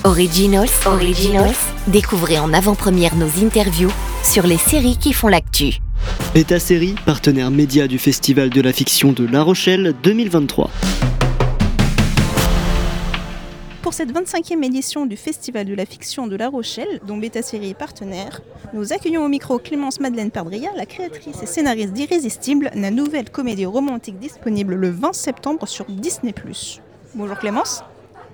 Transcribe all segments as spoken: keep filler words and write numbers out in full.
Originals, Originals, découvrez en avant-première nos interviews sur les séries qui font l'actu. Beta Série, partenaire média du Festival de la Fiction de La Rochelle deux mille vingt-trois. Pour cette vingt-cinquième édition du Festival de la Fiction de La Rochelle, dont Beta Série est partenaire, nous accueillons au micro Clémence Madeleine Perdria, la créatrice et scénariste d'Irrésistible, la nouvelle comédie romantique disponible le vingt septembre sur Disney plus. Bonjour Clémence.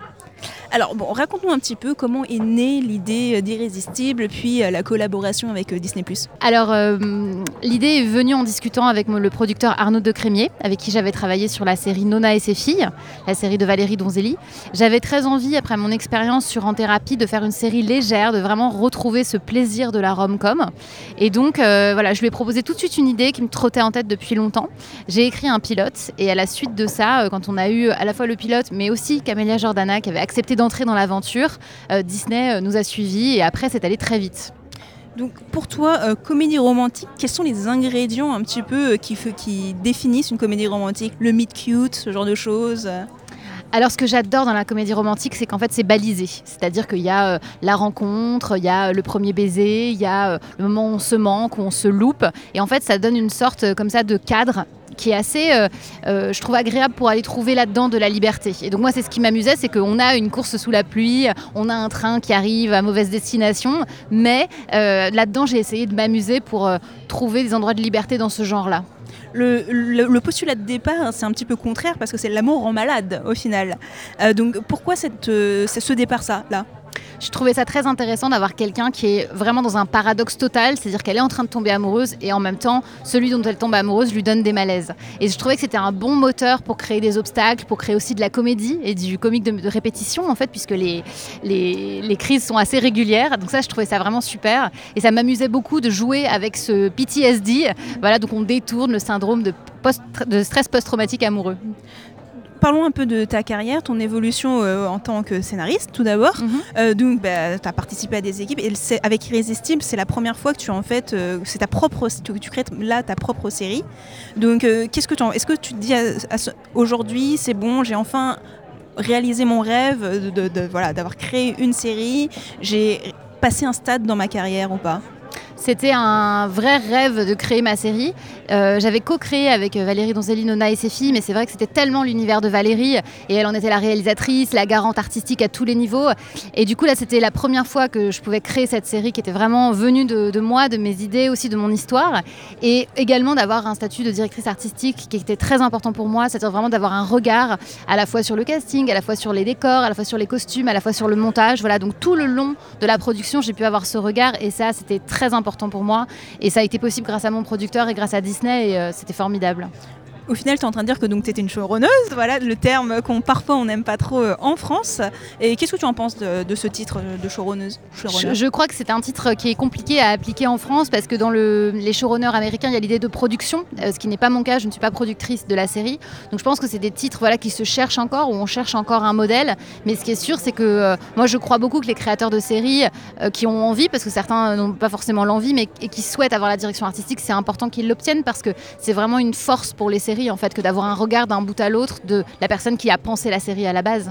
Alors bon, raconte-nous un petit peu comment est née l'idée d'Irrésistible, puis la collaboration avec Disney plus. Alors euh, l'idée est venue en discutant avec le producteur Arnaud Decrémier, avec qui j'avais travaillé sur la série Nona et ses filles, la série de Valérie Donzelli. J'avais très envie, après mon expérience sur En Thérapie, de faire une série légère, de vraiment retrouver ce plaisir de la rom-com. Et donc euh, voilà, je lui ai proposé tout de suite une idée qui me trottait en tête depuis longtemps. J'ai écrit un pilote et à la suite de ça, quand on a eu à la fois le pilote, mais aussi Camélia Jordana qui avait accepté d'entrer dans l'aventure, euh, Disney euh, nous a suivis et après c'est allé très vite. Donc pour toi, euh, comédie romantique, quels sont les ingrédients un petit peu euh, qui, qui définissent une comédie romantique? Le meet cute, ce genre de choses? Alors ce que j'adore dans la comédie romantique, c'est qu'en fait c'est balisé. C'est-à-dire qu'il y a euh, la rencontre, il y a euh, le premier baiser, il y a euh, le moment où on se manque, où on se loupe. Et en fait ça donne une sorte euh, comme ça de cadre qui est assez, euh, euh, je trouve, agréable pour aller trouver là-dedans de la liberté. Et donc moi, c'est ce qui m'amusait, c'est qu'on a une course sous la pluie, on a un train qui arrive à mauvaise destination, mais euh, là-dedans, j'ai essayé de m'amuser pour euh, trouver des endroits de liberté dans ce genre-là. Le, le, le postulat de départ, c'est un petit peu contraire, parce que c'est l'amour rend malade, au final. Euh, donc pourquoi cette, euh, c'est ce départ-là, là ? Je trouvais ça très intéressant d'avoir quelqu'un qui est vraiment dans un paradoxe total, c'est-à-dire qu'elle est en train de tomber amoureuse et en même temps, celui dont elle tombe amoureuse lui donne des malaises. Et je trouvais que c'était un bon moteur pour créer des obstacles, pour créer aussi de la comédie et du comique de, de répétition en fait, puisque les, les, les crises sont assez régulières. Donc ça, je trouvais ça vraiment super. Et ça m'amusait beaucoup de jouer avec ce P T S D. Voilà, donc on détourne le syndrome de, post, de stress post-traumatique amoureux. Parlons un peu de ta carrière, ton évolution euh, en tant que scénariste, tout d'abord. Mm-hmm. Euh, donc, bah, tu as participé à des équipes et c'est, avec Irrésistible, c'est la première fois que tu en fait, euh, c'est ta propre, tu, tu crées là ta propre série. Donc, euh, qu'est-ce que tu, est-ce que tu te dis à, à ce, aujourd'hui, c'est bon, j'ai enfin réalisé mon rêve de, de, de, voilà, d'avoir créé une série, j'ai passé un stade dans ma carrière ou pas? C'était un vrai rêve de créer ma série. Euh, j'avais co-créé avec Valérie Donzelli, Nona et ses filles, mais c'est vrai que c'était tellement l'univers de Valérie et elle en était la réalisatrice, la garante artistique à tous les niveaux. Et du coup, là, c'était la première fois que je pouvais créer cette série qui était vraiment venue de, de moi, de mes idées, aussi de mon histoire. Et également d'avoir un statut de directrice artistique qui était très important pour moi, c'est-à-dire vraiment d'avoir un regard à la fois sur le casting, à la fois sur les décors, à la fois sur les costumes, à la fois sur le montage. Voilà, donc tout le long de la production, j'ai pu avoir ce regard et ça, c'était très important pour moi et ça a été possible grâce à mon producteur et grâce à Disney et euh, c'était formidable. Au final, tu es en train de dire que tu étais une showrunneuse, voilà le terme qu'on parfois on n'aime pas trop euh, en France. Et qu'est-ce que tu en penses de, de ce titre de showrunneuse, je, je crois que c'est un titre qui est compliqué à appliquer en France parce que dans le, les showrunners américains, il y a l'idée de production, euh, ce qui n'est pas mon cas, je ne suis pas productrice de la série. Donc je pense que c'est des titres voilà, qui se cherchent encore, où on cherche encore un modèle. Mais ce qui est sûr, c'est que euh, moi je crois beaucoup que les créateurs de séries euh, qui ont envie, parce que certains n'ont pas forcément l'envie, mais et qui souhaitent avoir la direction artistique, c'est important qu'ils l'obtiennent parce que c'est vraiment une force pour les séries en fait, que d'avoir un regard d'un bout à l'autre de la personne qui a pensé la série à la base.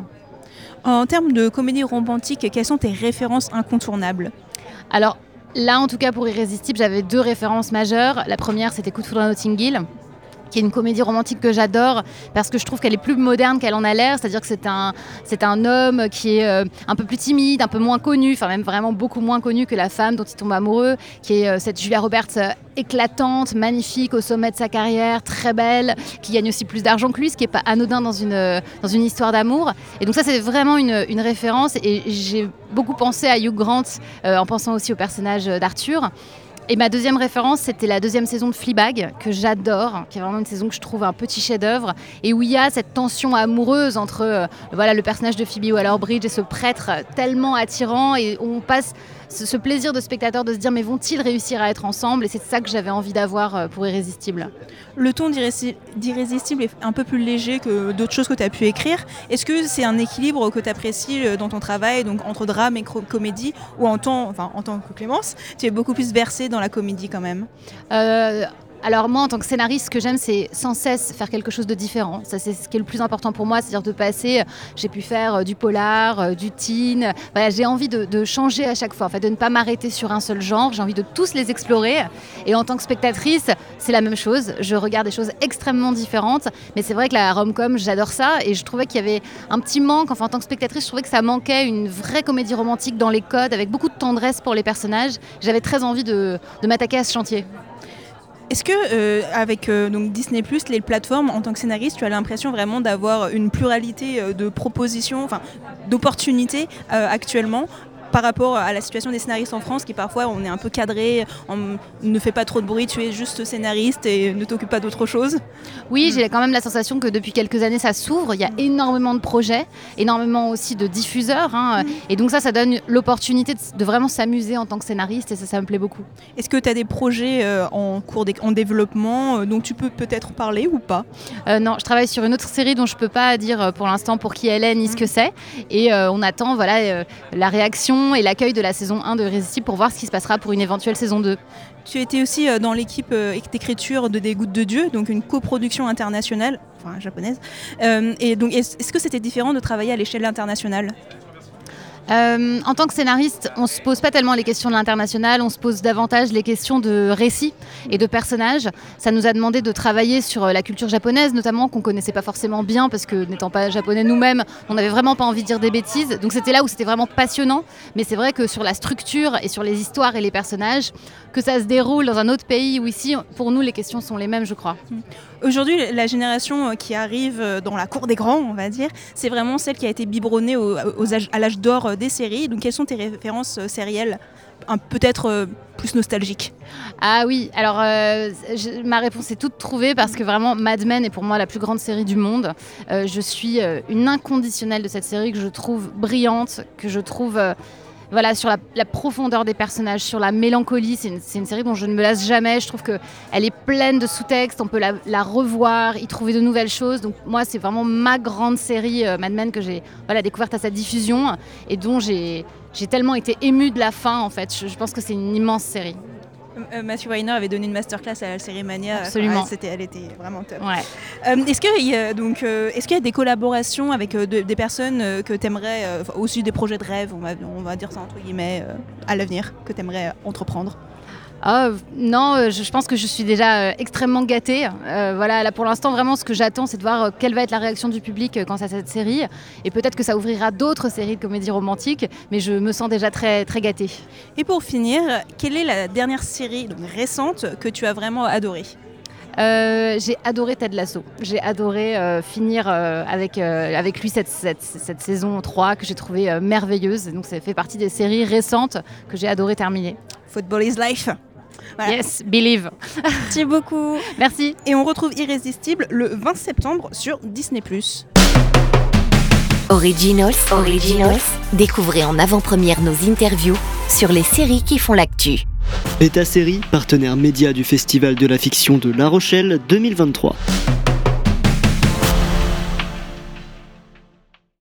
En termes de comédie romantique, quelles sont tes références incontournables ? Alors là, en tout cas pour Irrésistible, j'avais deux références majeures. La première, c'était Coup de foudre à Notting Hill, qui est une comédie romantique que j'adore parce que je trouve qu'elle est plus moderne qu'elle en a l'air, c'est-à-dire que c'est un, c'est un homme qui est euh, un peu plus timide, un peu moins connu, enfin même vraiment beaucoup moins connu que la femme dont il tombe amoureux, qui est euh, cette Julia Roberts euh, éclatante, magnifique, au sommet de sa carrière, très belle, qui gagne aussi plus d'argent que lui, ce qui n'est pas anodin dans une, euh, dans une histoire d'amour. Et donc ça, c'est vraiment une, une référence et j'ai beaucoup pensé à Hugh Grant euh, en pensant aussi au personnage d'Arthur. Et ma deuxième référence, c'était la deuxième saison de Fleabag, que j'adore, qui est vraiment une saison que je trouve un petit chef-d'œuvre, et où il y a cette tension amoureuse entre euh, voilà, le personnage de Phoebe Waller-Bridge et ce prêtre tellement attirant, et où on passe ce, ce plaisir de spectateur de se dire mais vont-ils réussir à être ensemble ? Et c'est ça que j'avais envie d'avoir pour Irrésistible. Le ton d'Irrésistible est un peu plus léger que d'autres choses que tu as pu écrire. Est-ce que c'est un équilibre que tu apprécies dans ton travail, donc entre drame et comédie, ou en tant, enfin, en tant que Clémence, tu es beaucoup plus versée dans la comédie quand même ? euh, Alors moi, en tant que scénariste, ce que j'aime, c'est sans cesse faire quelque chose de différent. Ça, c'est ce qui est le plus important pour moi, c'est-à-dire de passer, j'ai pu faire du polar, du teen. Voilà, j'ai envie de, de changer à chaque fois, en fait, de ne pas m'arrêter sur un seul genre. J'ai envie de tous les explorer. Et en tant que spectatrice, c'est la même chose. Je regarde des choses extrêmement différentes. Mais c'est vrai que la rom-com, j'adore ça. Et je trouvais qu'il y avait un petit manque. Enfin, en tant que spectatrice, je trouvais que ça manquait une vraie comédie romantique dans les codes, avec beaucoup de tendresse pour les personnages. J'avais très envie de, de m'attaquer à ce chantier. Est-ce que euh, avec euh, donc Disney plus, les plateformes, en tant que scénariste, tu as l'impression vraiment d'avoir une pluralité euh, de propositions, enfin d'opportunités euh, actuellement par rapport à la situation des scénaristes en France, qui parfois on est un peu cadré, on ne fait pas trop de bruit, tu es juste scénariste et ne t'occupe pas d'autre chose? Oui, j'ai quand même la sensation que depuis quelques années ça s'ouvre, il y a énormément de projets, énormément aussi de diffuseurs, hein, mmh. et donc ça, ça donne l'opportunité de, de vraiment s'amuser en tant que scénariste, et ça, ça me plaît beaucoup. Est-ce que tu as des projets euh, en cours de, en développement, euh, dont tu peux peut-être parler ou pas? euh, Non, je travaille sur une autre série dont je ne peux pas dire pour l'instant pour qui elle est ni mmh. ce que c'est, et euh, on attend voilà, euh, la réaction et l'accueil de la saison un de Irrésistible pour voir ce qui se passera pour une éventuelle saison deux. Tu étais aussi dans l'équipe d'écriture de Des Gouttes de Dieu, donc une coproduction internationale, enfin japonaise. Euh, et donc, est-ce que c'était différent de travailler à l'échelle internationale ? Euh, en tant que scénariste, on ne se pose pas tellement les questions de l'international, on se pose davantage les questions de récit et de personnages. Ça nous a demandé de travailler sur la culture japonaise, notamment, qu'on ne connaissait pas forcément bien, parce que n'étant pas japonais nous-mêmes, on n'avait vraiment pas envie de dire des bêtises. Donc c'était là où c'était vraiment passionnant. Mais c'est vrai que sur la structure et sur les histoires et les personnages, que ça se déroule dans un autre pays ou ici, pour nous, les questions sont les mêmes, je crois. Aujourd'hui, la génération qui arrive dans la cour des grands, on va dire, c'est vraiment celle qui a été biberonnée au, aux âge, à l'âge d'or des séries. Donc, quelles sont tes références sérielles, un, peut-être euh, plus nostalgiques? Ah oui, alors euh, je, ma réponse est toute trouvée, parce que vraiment Mad Men est pour moi la plus grande série du monde. Euh, je suis euh, une inconditionnelle de cette série, que je trouve brillante, que je trouve... Euh, Voilà, sur la, la profondeur des personnages, sur la mélancolie. C'est une, c'est une série dont je ne me lasse jamais. Je trouve qu'elle est pleine de sous-textes, on peut la, la revoir, y trouver de nouvelles choses. Donc moi, c'est vraiment ma grande série euh, Mad Men que j'ai voilà, découverte à sa diffusion, et dont j'ai, j'ai tellement été émue de la fin, en fait. Je, je pense que c'est une immense série. Euh, Matthew Weiner avait donné une masterclass à la série Mania. Absolument. Enfin, c'était, elle était vraiment top. Ouais. Euh, est-ce qu'il y a, donc, euh, est-ce qu'il y a des collaborations avec euh, de, des personnes euh, que tu aimerais, euh, aussi des projets de rêve, on va, on va dire ça entre guillemets, euh, à l'avenir, que tu aimerais entreprendre? Oh, non, je, je pense que je suis déjà euh, extrêmement gâtée. Euh, voilà, là, pour l'instant, vraiment, ce que j'attends, c'est de voir euh, quelle va être la réaction du public euh, quant à cette série. Et peut-être que ça ouvrira d'autres séries de comédies romantiques, mais je me sens déjà très, très gâtée. Et pour finir, quelle est la dernière série donc, récente que tu as vraiment adorée? Euh, j'ai adoré Ted Lasso. J'ai adoré euh, finir euh, avec, euh, avec lui cette, cette, cette saison trois que j'ai trouvée euh, merveilleuse. Donc ça fait partie des séries récentes que j'ai adoré terminer. Football is life. Voilà. Yes, believe. Merci beaucoup. Merci. Et on retrouve Irrésistible le vingt septembre sur Disney plus. Originals, Originals. Découvrez en avant-première nos interviews sur les séries qui font l'actu. Beta Série, partenaire média du Festival de la fiction de La Rochelle deux mille vingt-trois.